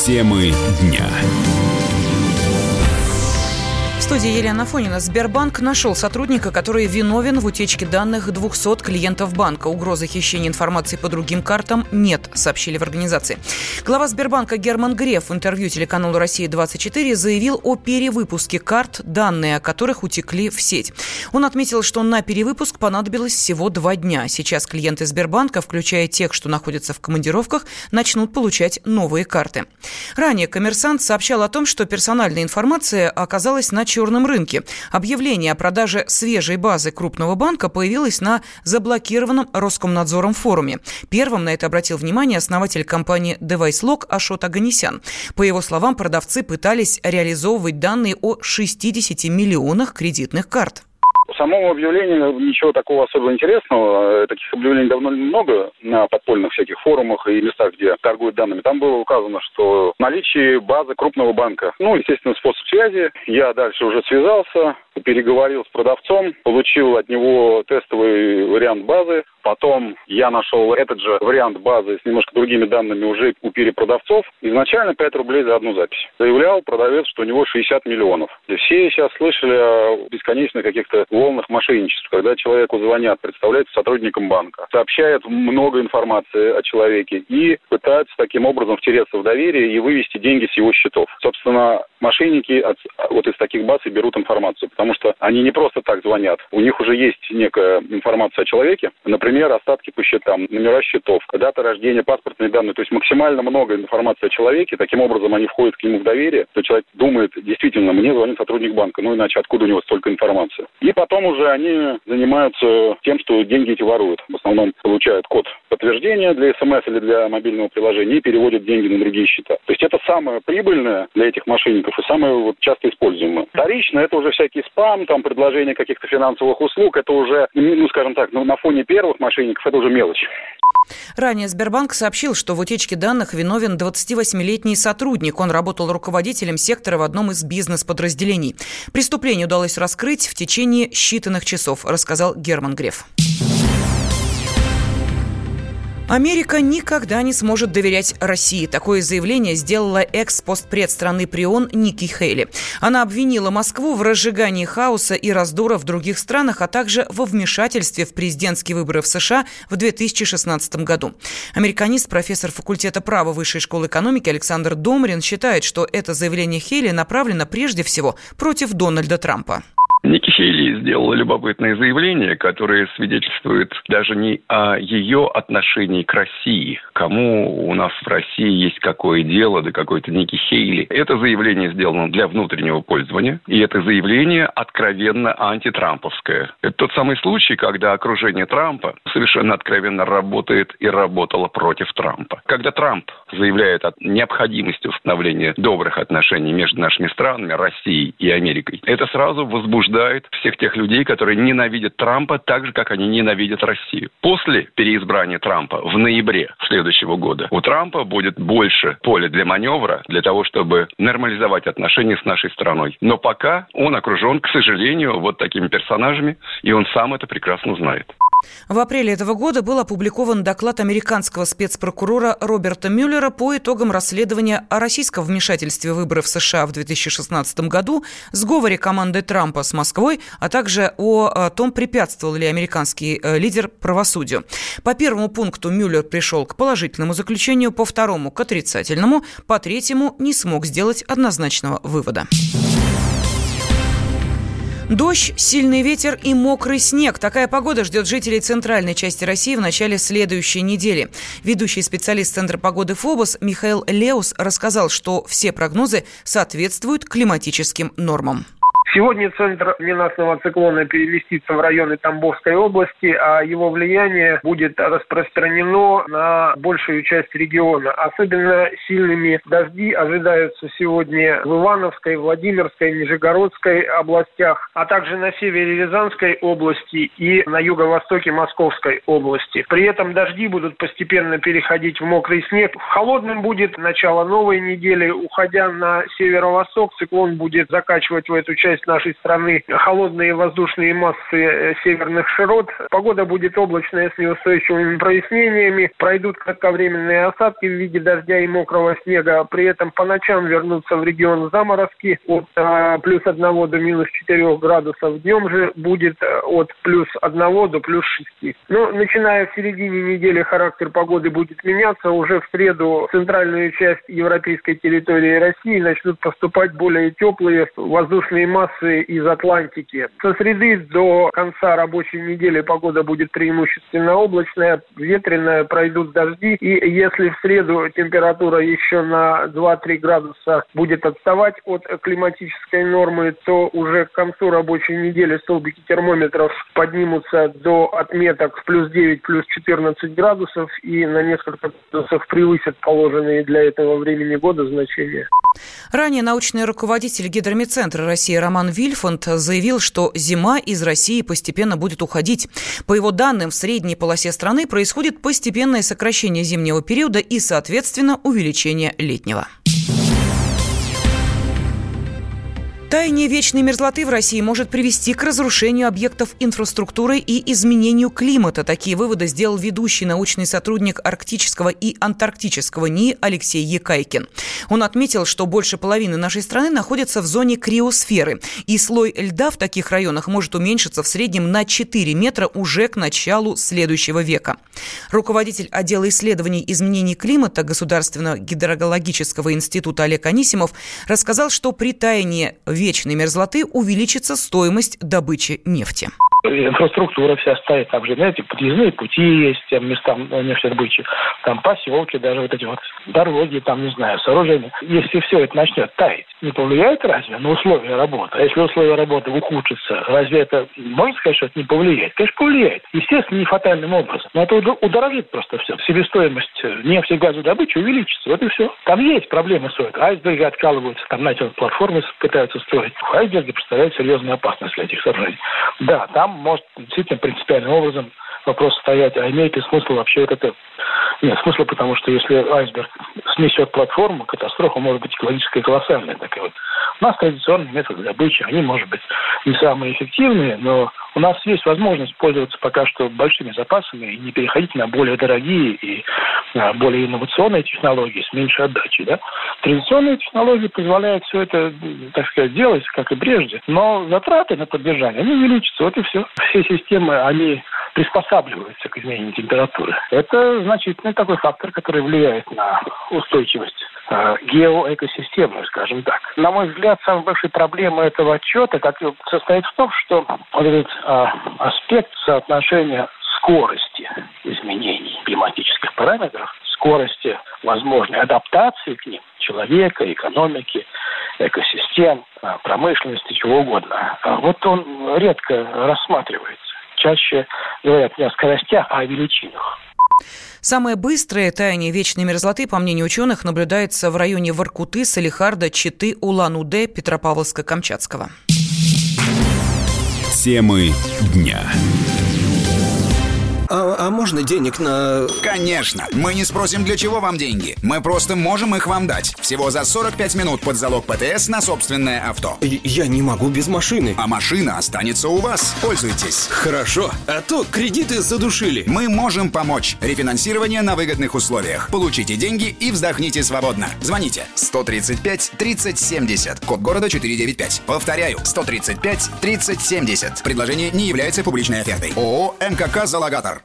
Темы дня. В студии Елена Афонина. Сбербанк нашел сотрудника, который виновен в утечке данных 200 клиентов банка. Угрозы хищения информации по другим картам нет, сообщили в организации. Глава Сбербанка Герман Греф в интервью телеканалу «Россия-24» заявил о перевыпуске карт, данные о которых утекли в сеть. Он отметил, что на перевыпуск понадобилось всего 2 дня. Сейчас клиенты Сбербанка, включая тех, что находятся в командировках, начнут получать новые карты. Ранее «Коммерсант» сообщал о том, что персональная информация оказалась на черном рынке. Объявление о продаже свежей базы крупного банка появилось на заблокированном Роскомнадзором форуме. Первым на это обратил внимание основатель компании DeviceLock Ашот Оганесян. По его словам, продавцы пытались реализовывать данные о 60 миллионах кредитных карт. В самом объявлении ничего такого особо интересного. Таких объявлений давно много на подпольных всяких форумах и местах, где торгуют данными. Там было указано, что в наличии базы крупного банка. Естественно, способ связи. Я дальше уже связался, переговорил с продавцом, получил от него тестовый вариант базы. Потом я нашел этот же вариант базы с немножко другими данными уже у перепродавцов. Изначально 5 рублей за одну запись. Заявлял продавец, что у него 60 миллионов. И все сейчас слышали о бесконечных каких-то волнах мошенничеств, когда человеку звонят, представляются сотрудником банка, сообщают много информации о человеке и пытаются таким образом втереться в доверие и вывести деньги с его счетов. Собственно, мошенники из таких баз и берут информацию, потому что они не просто так звонят. У них уже есть некая информация о человеке, например, остатки по счетам, номера счетов, дата рождения, паспортные данные, то есть максимально много информации о человеке. Таким образом, они входят к нему в доверие, то человек думает, действительно, мне звонит сотрудник банка, иначе откуда у него столько информации? И потом уже они занимаются тем, что деньги эти воруют. В основном получают код подтверждения для СМС или для мобильного приложения и переводят деньги на другие счета. То есть это самое прибыльное для этих мошенников и самое часто используемое. Вторично это уже всякий спам, предложение каких-то финансовых услуг, это уже, на фоне первых мошенников это уже мелочь. Ранее Сбербанк сообщил, что в утечке данных виновен 28-летний сотрудник. Он работал руководителем сектора в одном из бизнес-подразделений. Преступление удалось раскрыть в течение считанных часов, рассказал Герман Греф. Америка никогда не сможет доверять России. Такое заявление сделала экс-постпред страны ПРИОН Ники Хейли. Она обвинила Москву в разжигании хаоса и раздора в других странах, а также во вмешательстве в президентские выборы в США в 2016 году. Американист, профессор факультета права Высшей школы экономики Александр Домрин считает, что это заявление Хейли направлено прежде всего против Дональда Трампа. Ники Хейли сделала любопытное заявление, которое свидетельствует даже не о ее отношении к России. Кому у нас в России есть какое дело до какой-то Ники Хейли. Это заявление сделано для внутреннего пользования, и это заявление откровенно антитрамповское. Это тот самый случай, когда окружение Трампа совершенно откровенно работает и работало против Трампа. Когда Трамп заявляет о необходимости установления добрых отношений между нашими странами, Россией и Америкой, это сразу возбуждает всех тех людей, которые ненавидят Трампа так же, как они ненавидят Россию. После переизбрания Трампа в ноябре следующего года у Трампа будет больше поля для маневра, для того, чтобы нормализовать отношения с нашей страной. Но пока он окружен, к сожалению, вот такими персонажами, и он сам это прекрасно знает. В апреле этого года был опубликован доклад американского спецпрокурора Роберта Мюллера по итогам расследования о российском вмешательстве в выборы в США в 2016 году, сговоре команды Трампа с Москвой, а также о том, препятствовал ли американский лидер правосудию. По первому пункту Мюллер пришел к положительному заключению, по второму – к отрицательному, по третьему не смог сделать однозначного вывода. Дождь, сильный ветер и мокрый снег. Такая погода ждет жителей центральной части России в начале следующей недели. Ведущий специалист Центра погоды ФОБОС Михаил Леус рассказал, что все прогнозы соответствуют климатическим нормам. Сегодня центр ненастного циклона переместится в районы Тамбовской области, а его влияние будет распространено на большую часть региона. Особенно сильными дожди ожидаются сегодня в Ивановской, Владимирской, Нижегородской областях, а также на севере Рязанской области и на юго-востоке Московской области. При этом дожди будут постепенно переходить в мокрый снег. Холодным будет начало новой недели. Уходя на северо-восток, циклон будет закачивать в эту часть с нашей страны холодные воздушные массы северных широт. Погода будет облачная с неустойчивыми прояснениями. Пройдут кратковременные осадки в виде дождя и мокрого снега. При этом по ночам вернутся в регион заморозки от плюс 1 до минус 4 градусов. Днем же будет от плюс 1 до плюс 6. Но начиная в середине недели характер погоды будет меняться. Уже в среду в центральную часть европейской территории России начнут поступать более теплые воздушные массы из Атлантики. Со среды до конца рабочей недели погода будет преимущественно облачная, ветреная, пройдут дожди. И если в среду температура еще на 2-3 градуса будет отставать от климатической нормы, то уже к концу рабочей недели столбики термометров поднимутся до отметок в плюс 9, плюс 14 градусов и на несколько градусов превысят положенные для этого времени года значения. Ранее научный руководитель Гидромедцентра России Роман Вильфанд заявил, что зима из России постепенно будет уходить. По его данным, в средней полосе страны происходит постепенное сокращение зимнего периода и, соответственно, увеличение летнего. Таяние вечной мерзлоты в России может привести к разрушению объектов инфраструктуры и изменению климата. Такие выводы сделал ведущий научный сотрудник Арктического и Антарктического НИИ Алексей Якайкин. Он отметил, что больше половины нашей страны находится в зоне криосферы, и слой льда в таких районах может уменьшиться в среднем на 4 метра уже к началу следующего века. Руководитель отдела исследований изменений климата Государственного гидрологического института Олег Анисимов рассказал, что при таянии вечной мерзлоты увеличится стоимость добычи нефти. Инфраструктура вся стоит, там же, знаете, подъездные пути есть тем местам нефтедобычи, там поселки, даже вот эти вот дороги, там, не знаю, сооружения. Если все это начнет таять, не повлияет разве на условия работы? А если условия работы ухудшатся, разве это, можно сказать, что это не повлияет? Конечно, повлияет. Естественно, не фатальным образом. Но это удорожит просто все. Себестоимость нефти и газодобычи увеличится. Вот и все. Там есть проблемы с этим. Айсберги откалываются, там, знаете, вот платформы пытаются строить. Айсберги представляют серьезную опасность для этих сооружений. Да, там может действительно принципиальным образом вопрос стоять, а имеет ли смысл вообще вот это? Нет смысла, потому что если айсберг снесет платформу, катастрофа может быть экологическая колоссальная. Такая вот. У нас традиционные методы добычи, они, может быть, не самые эффективные, но у нас есть возможность пользоваться пока что большими запасами и не переходить на более дорогие и более инновационные технологии с меньшей отдачей. Да? Традиционные технологии позволяют все это, так сказать, делать, как и прежде, но затраты на поддержание, они увеличатся, вот и все. Все системы, они приспосабливаются к изменению температуры. Это значительный такой фактор, который влияет на устойчивость геоэкосистемы, скажем так. На мой взгляд, самая большая проблема этого отчета состоит в том, что вот этот аспект соотношения скорости изменений климатических параметров, скорости возможной адаптации к ним человека, экономики, экосистем, промышленности, чего угодно. Вот он редко рассматривается. Чаще говорят не о скоростях, а о величинах. Самое быстрое таяние вечной мерзлоты, по мнению ученых, наблюдается в районе Воркуты, Салехарда, Читы, Улан-Удэ, Петропавловска-Камчатского. Темы дня. А можно денег на... Конечно. Мы не спросим, для чего вам деньги. Мы просто можем их вам дать. Всего за 45 минут под залог ПТС на собственное авто. Я не могу без машины. А машина останется у вас. Пользуйтесь. Хорошо. А то кредиты задушили. Мы можем помочь. Рефинансирование на выгодных условиях. Получите деньги и вздохните свободно. Звоните 135 30 70. Код города 495. Повторяю. 135 30 70. Предложение не является публичной офертой. ООО «МКК Залогатор».